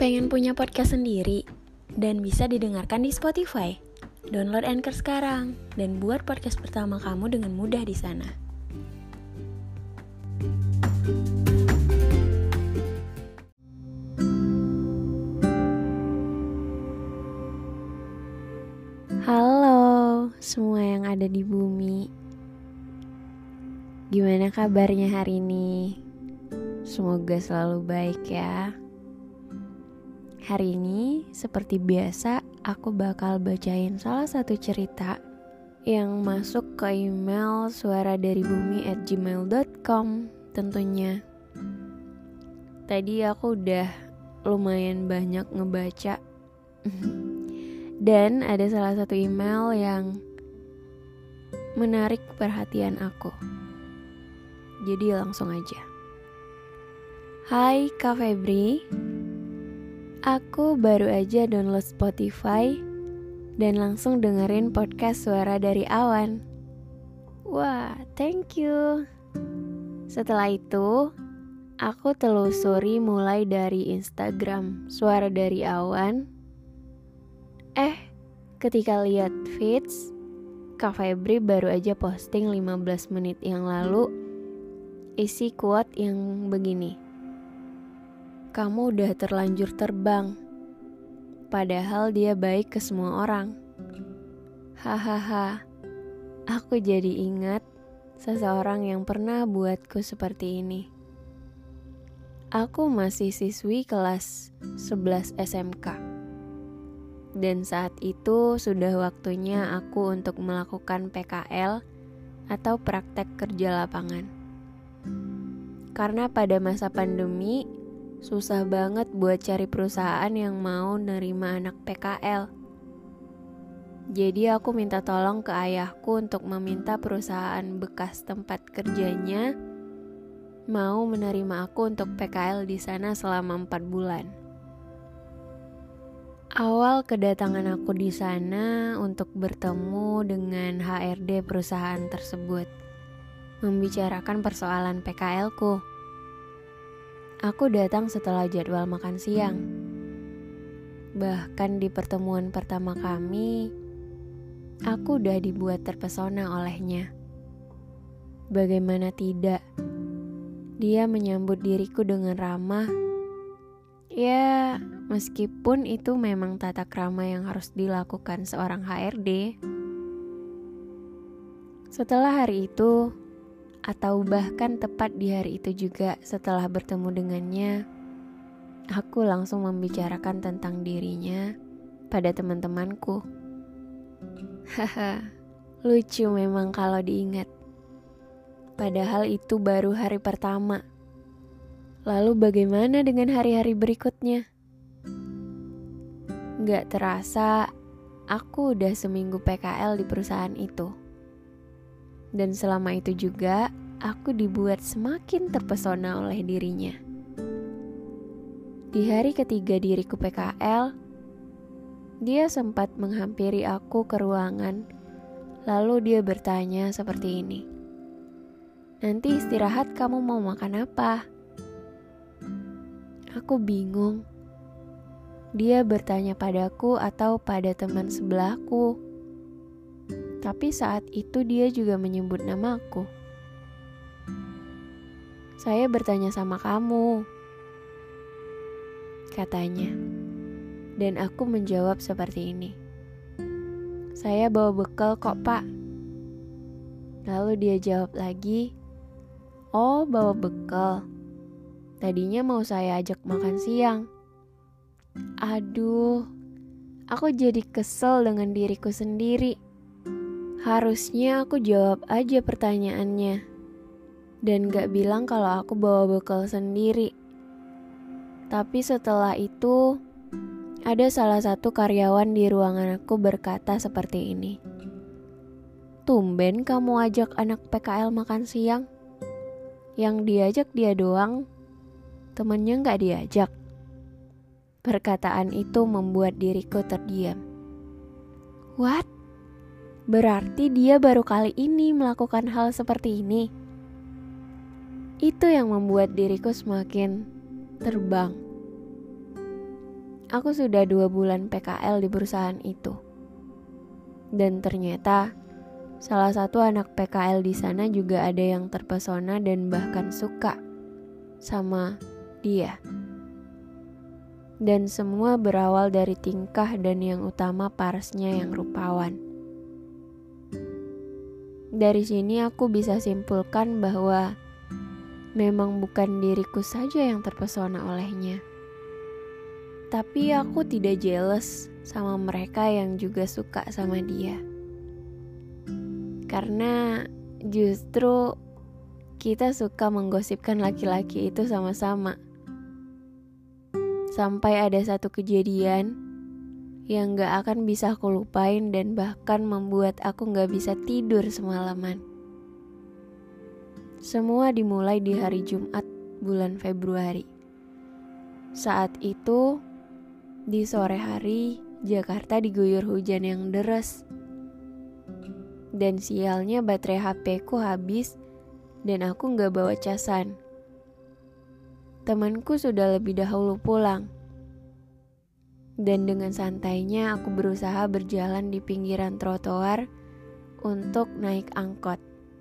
Pengen punya podcast sendiri dan bisa didengarkan di Spotify? Download Anchor sekarang dan buat podcast pertama kamu dengan mudah di sana. Halo semua yang ada di bumi. Gimana kabarnya hari ini? Semoga selalu baik ya. Hari ini, seperti biasa, aku bakal bacain salah satu cerita yang masuk ke email suaradaribumi@gmail.com tentunya. Tadi aku udah lumayan banyak ngebaca dan ada salah satu email yang menarik perhatian aku. Jadi langsung aja. Hai Kak Febri, aku baru aja download Spotify dan langsung dengerin podcast Suara Dari Awan. Wah, thank you. Setelah itu, aku telusuri mulai dari Instagram Suara Dari Awan. Ketika lihat feeds, Kak Febri baru aja posting 15 menit yang lalu isi quote yang begini. Kamu udah terlanjur terbang, padahal dia baik ke semua orang. Hahaha, aku jadi ingat seseorang yang pernah buatku seperti ini. Aku masih siswi kelas 11 SMK. Dan saat itu sudah waktunya aku untuk melakukan PKL atau praktek kerja lapangan. Karena pada masa pandemi, susah banget buat cari perusahaan yang mau nerima anak PKL. Jadi aku minta tolong ke ayahku untuk meminta perusahaan bekas tempat kerjanya mau menerima aku untuk PKL di sana selama 4 bulan. Awal kedatangan aku di sana untuk bertemu dengan HRD perusahaan tersebut, membicarakan persoalan PKL-ku. Aku datang setelah jadwal makan siang. Bahkan di pertemuan pertama kami, aku udah dibuat terpesona olehnya. Bagaimana tidak, dia menyambut diriku dengan ramah. Ya, meskipun itu memang tata krama yang harus dilakukan seorang HRD. Setelah hari itu, atau bahkan tepat di hari itu juga setelah bertemu dengannya, aku langsung membicarakan tentang dirinya pada teman-temanku. Haha, lucu memang kalau diingat. Padahal itu baru hari pertama. Lalu bagaimana dengan hari-hari berikutnya? Gak terasa, aku udah seminggu PKL di perusahaan itu. Dan selama itu juga, aku dibuat semakin terpesona oleh dirinya. Di hari ketiga diriku PKL, dia sempat menghampiri aku ke ruangan. Lalu dia bertanya seperti ini. Nanti istirahat kamu mau makan apa? Aku bingung. Dia bertanya padaku atau pada teman sebelahku. Tapi saat itu dia juga menyebut namaku. Saya bertanya sama kamu, katanya. Dan aku menjawab seperti ini. Saya bawa bekal kok pak. Lalu dia jawab lagi, oh bawa bekal. Tadinya mau saya ajak makan siang. Aduh, aku jadi kesel dengan diriku sendiri. Harusnya aku jawab aja pertanyaannya dan gak bilang kalau aku bawa bekal sendiri. Tapi setelah itu, ada salah satu karyawan di ruangan aku berkata seperti ini. Tumben kamu ajak anak PKL makan siang? Yang diajak dia doang, temennya gak diajak. Perkataan itu membuat diriku terdiam. What? Berarti dia baru kali ini melakukan hal seperti ini. Itu yang membuat diriku semakin terbang. Aku sudah 2 bulan PKL di perusahaan itu. Dan ternyata salah satu anak PKL di sana juga ada yang terpesona dan bahkan suka sama dia. Dan semua berawal dari tingkah dan yang utama parasnya yang rupawan. Dari sini aku bisa simpulkan bahwa memang bukan diriku saja yang terpesona olehnya. Tapi aku tidak jealous sama mereka yang juga suka sama dia. Karena justru kita suka menggosipkan laki-laki itu sama-sama. Sampai ada satu kejadian yang gak akan bisa aku lupain dan bahkan membuat aku gak bisa tidur semalaman. Semua dimulai di hari Jumat bulan Februari. Saat itu, di sore hari, Jakarta diguyur hujan yang deras. Dan sialnya baterai HP-ku habis dan aku gak bawa casan. Temanku sudah lebih dahulu pulang. Dan dengan santainya aku berusaha berjalan di pinggiran trotoar untuk naik angkot.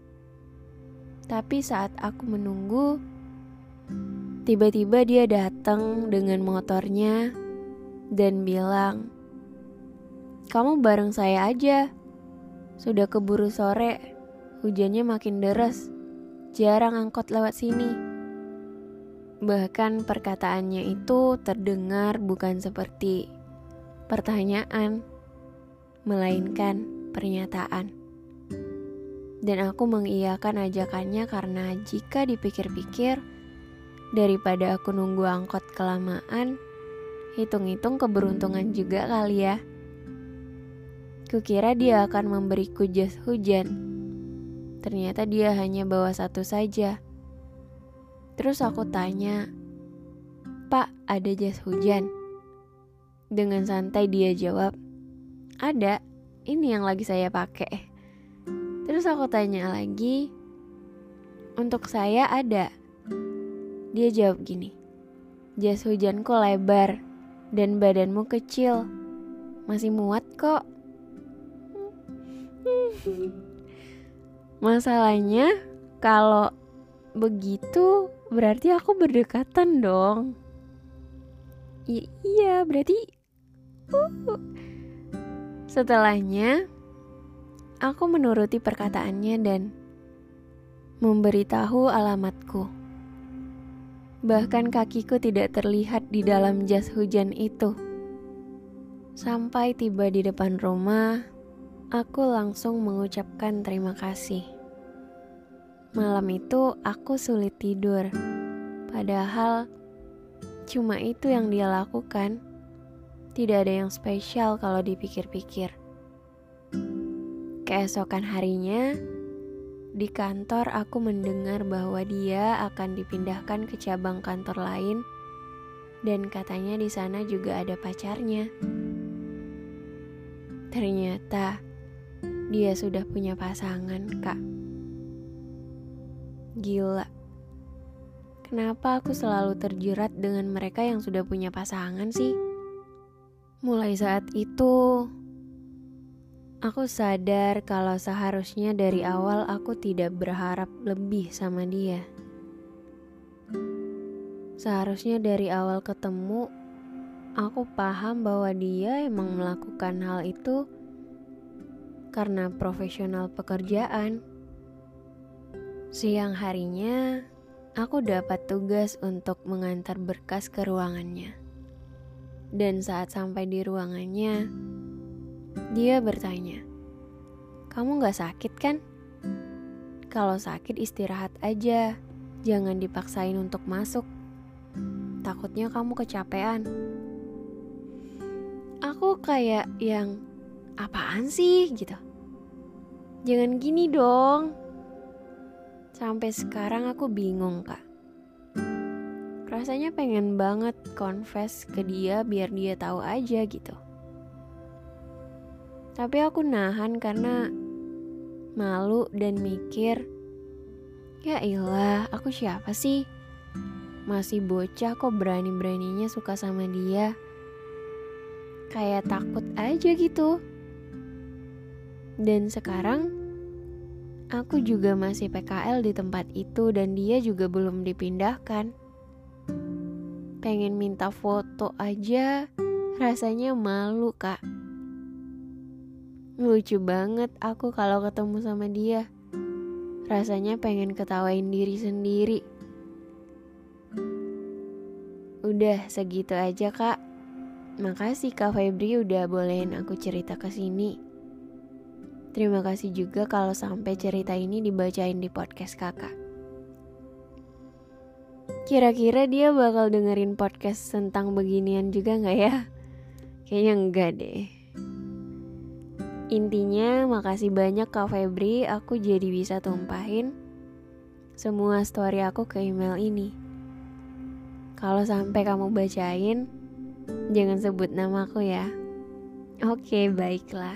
Tapi saat aku menunggu, tiba-tiba dia datang dengan motornya dan bilang, "Kamu bareng saya aja. Sudah keburu sore, hujannya makin deras. Jarang angkot lewat sini." Bahkan perkataannya itu terdengar bukan seperti pertanyaan, melainkan pernyataan. Dan aku mengiyakan ajakannya karena jika dipikir-pikir, daripada aku nunggu angkot kelamaan, hitung-hitung keberuntungan juga kali ya. Kukira dia akan memberiku jas hujan. Ternyata dia hanya bawa satu saja. Terus aku tanya, "Pak, ada jas hujan?" Dengan santai dia jawab, "Ada, ini yang lagi saya pakai." Terus aku tanya lagi, "Untuk saya ada?" Dia jawab gini, "Jas hujanku lebar dan badanmu kecil, masih muat kok." Masalahnya kalau begitu berarti aku berdekatan dong. Iya, berarti Setelahnya aku menuruti perkataannya dan memberitahu alamatku. Bahkan kakiku tidak terlihat di dalam jas hujan itu. Sampai tiba di depan rumah, aku langsung mengucapkan terima kasih. Malam itu aku sulit tidur, padahal cuma itu yang dia lakukan. Tidak ada yang spesial kalau dipikir-pikir. Keesokan harinya, di kantor aku mendengar bahwa dia akan dipindahkan ke cabang kantor lain dan katanya di sana juga ada pacarnya. Ternyata dia sudah punya pasangan, Kak. Gila. Kenapa aku selalu terjerat dengan mereka yang sudah punya pasangan sih? Mulai saat itu, aku sadar kalau seharusnya dari awal aku tidak berharap lebih sama dia. Seharusnya dari awal ketemu, aku paham bahwa dia emang melakukan hal itu karena profesional pekerjaan. Siang harinya, aku dapat tugas untuk mengantar berkas ke ruangannya. Dan saat sampai di ruangannya, dia bertanya, "Kamu gak sakit kan? Kalau sakit istirahat aja, jangan dipaksain untuk masuk. Takutnya kamu kecapean." Aku kayak yang, apaan sih gitu? Jangan gini dong. Sampai sekarang aku bingung, Kak. Rasanya pengen banget confess ke dia biar dia tahu aja gitu. Tapi aku nahan karena malu dan mikir, ya ilah, aku siapa sih? Masih bocah kok berani-beraninya suka sama dia. kayak takut aja gitu. Dan sekarang aku juga masih PKL di tempat itu dan dia juga belum dipindahkan. Pengen minta foto aja rasanya malu, Kak. Lucu banget aku kalau ketemu sama dia. Rasanya pengen ketawain diri sendiri. Udah segitu aja, Kak. Makasih Kak Febri udah bolehin aku cerita ke sini. Terima kasih juga kalau sampai cerita ini dibacain di podcast Kakak. Kira-kira dia bakal dengerin podcast tentang beginian juga gak ya? Kayaknya enggak deh. Intinya makasih banyak Kak Febri, aku jadi bisa tumpahin semua story aku ke email ini. Kalau sampai kamu bacain, jangan sebut namaku ya. Oke, baiklah.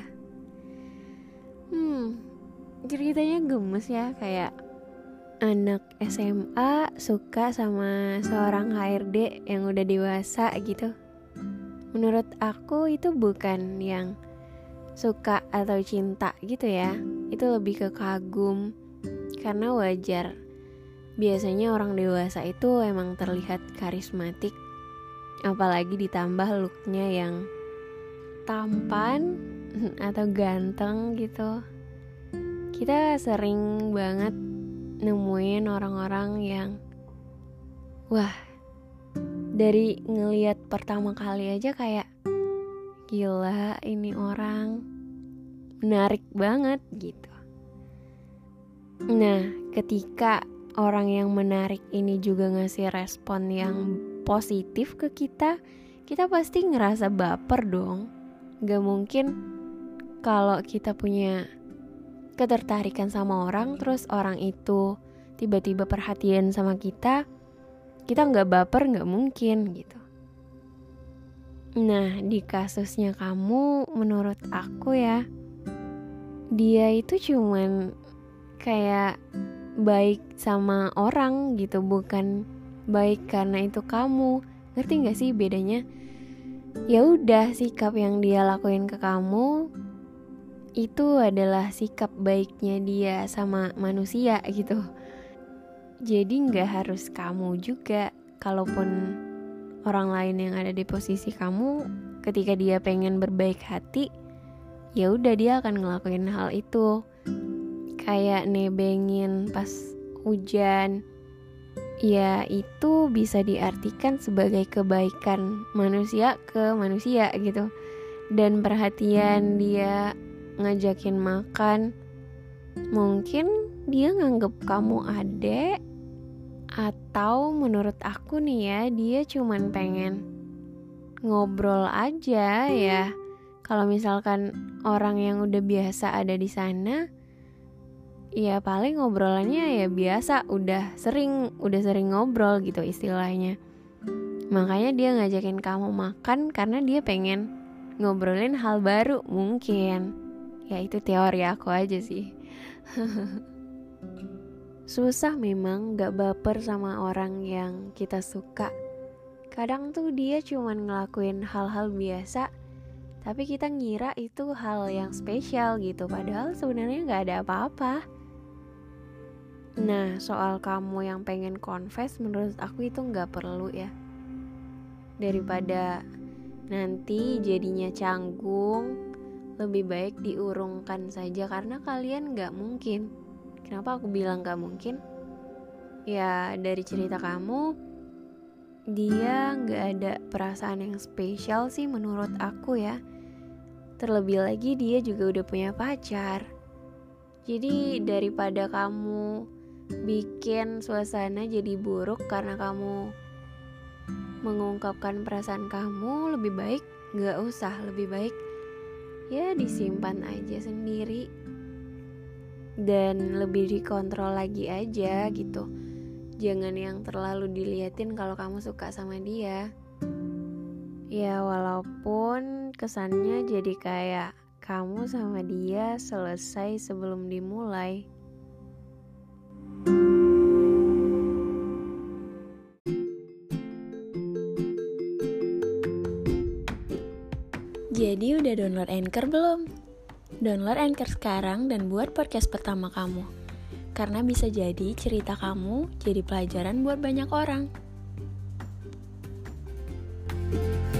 Ceritanya gemes ya, kayak anak SMA suka sama seorang HRD yang udah dewasa gitu. Menurut aku itu bukan yang suka atau cinta gitu ya. Itu lebih ke kagum. Karena wajar. Biasanya orang dewasa itu emang terlihat karismatik. Apalagi ditambah looknya yang tampan atau ganteng gitu. Kita sering banget nemuin orang-orang yang wah, dari ngelihat pertama kali aja kayak gila, ini orang menarik banget gitu. Nah, ketika orang yang menarik ini juga ngasih respon yang positif ke kita pasti ngerasa baper dong. Gak mungkin kalau kita punya ketertarikan sama orang, terus orang itu tiba-tiba perhatian sama kita gak baper, gak mungkin gitu. Nah, di kasusnya kamu, menurut aku ya, dia itu cuman kayak baik sama orang gitu, bukan baik karena itu kamu. Ngerti gak sih bedanya? Ya udah, sikap yang dia lakuin ke kamu itu adalah sikap baiknya dia sama manusia gitu. Jadi gak harus kamu juga. Kalaupun orang lain yang ada di posisi kamu, ketika dia pengen berbaik hati, ya udah dia akan ngelakuin hal itu. Kayak nebengin pas hujan, ya itu bisa diartikan sebagai kebaikan manusia ke manusia gitu. Dan perhatian dia ngajakin makan, mungkin dia nganggep kamu adek, atau menurut aku nih ya, dia cuman pengen ngobrol aja ya. Kalau misalkan orang yang udah biasa ada di sana, ya paling ngobrolannya ya biasa, udah sering ngobrol gitu istilahnya. Makanya dia ngajakin kamu makan karena dia pengen ngobrolin hal baru mungkin. Ya itu teori aku aja sih. Susah memang gak baper sama orang yang kita suka. Kadang tuh dia cuman ngelakuin hal-hal biasa, tapi kita ngira itu hal yang spesial gitu, padahal sebenarnya gak ada apa-apa. Nah, soal kamu yang pengen confess, menurut aku itu gak perlu ya. Daripada nanti jadinya canggung, lebih baik diurungkan saja, karena kalian gak mungkin. Kenapa aku bilang gak mungkin? Ya dari cerita kamu, dia gak ada perasaan yang spesial sih menurut aku ya. Terlebih lagi dia juga udah punya pacar. Jadi daripada kamu bikin suasana jadi buruk karena kamu mengungkapkan perasaan kamu, lebih baik gak usah. Lebih baik ya disimpan aja sendiri dan lebih dikontrol lagi aja gitu. Jangan yang terlalu diliatin kalau kamu suka sama dia. Ya walaupun kesannya jadi kayak kamu sama dia selesai sebelum dimulai. Jadi udah download Anchor belum? Download Anchor sekarang dan buat podcast pertama kamu. Karena bisa jadi cerita kamu jadi pelajaran buat banyak orang.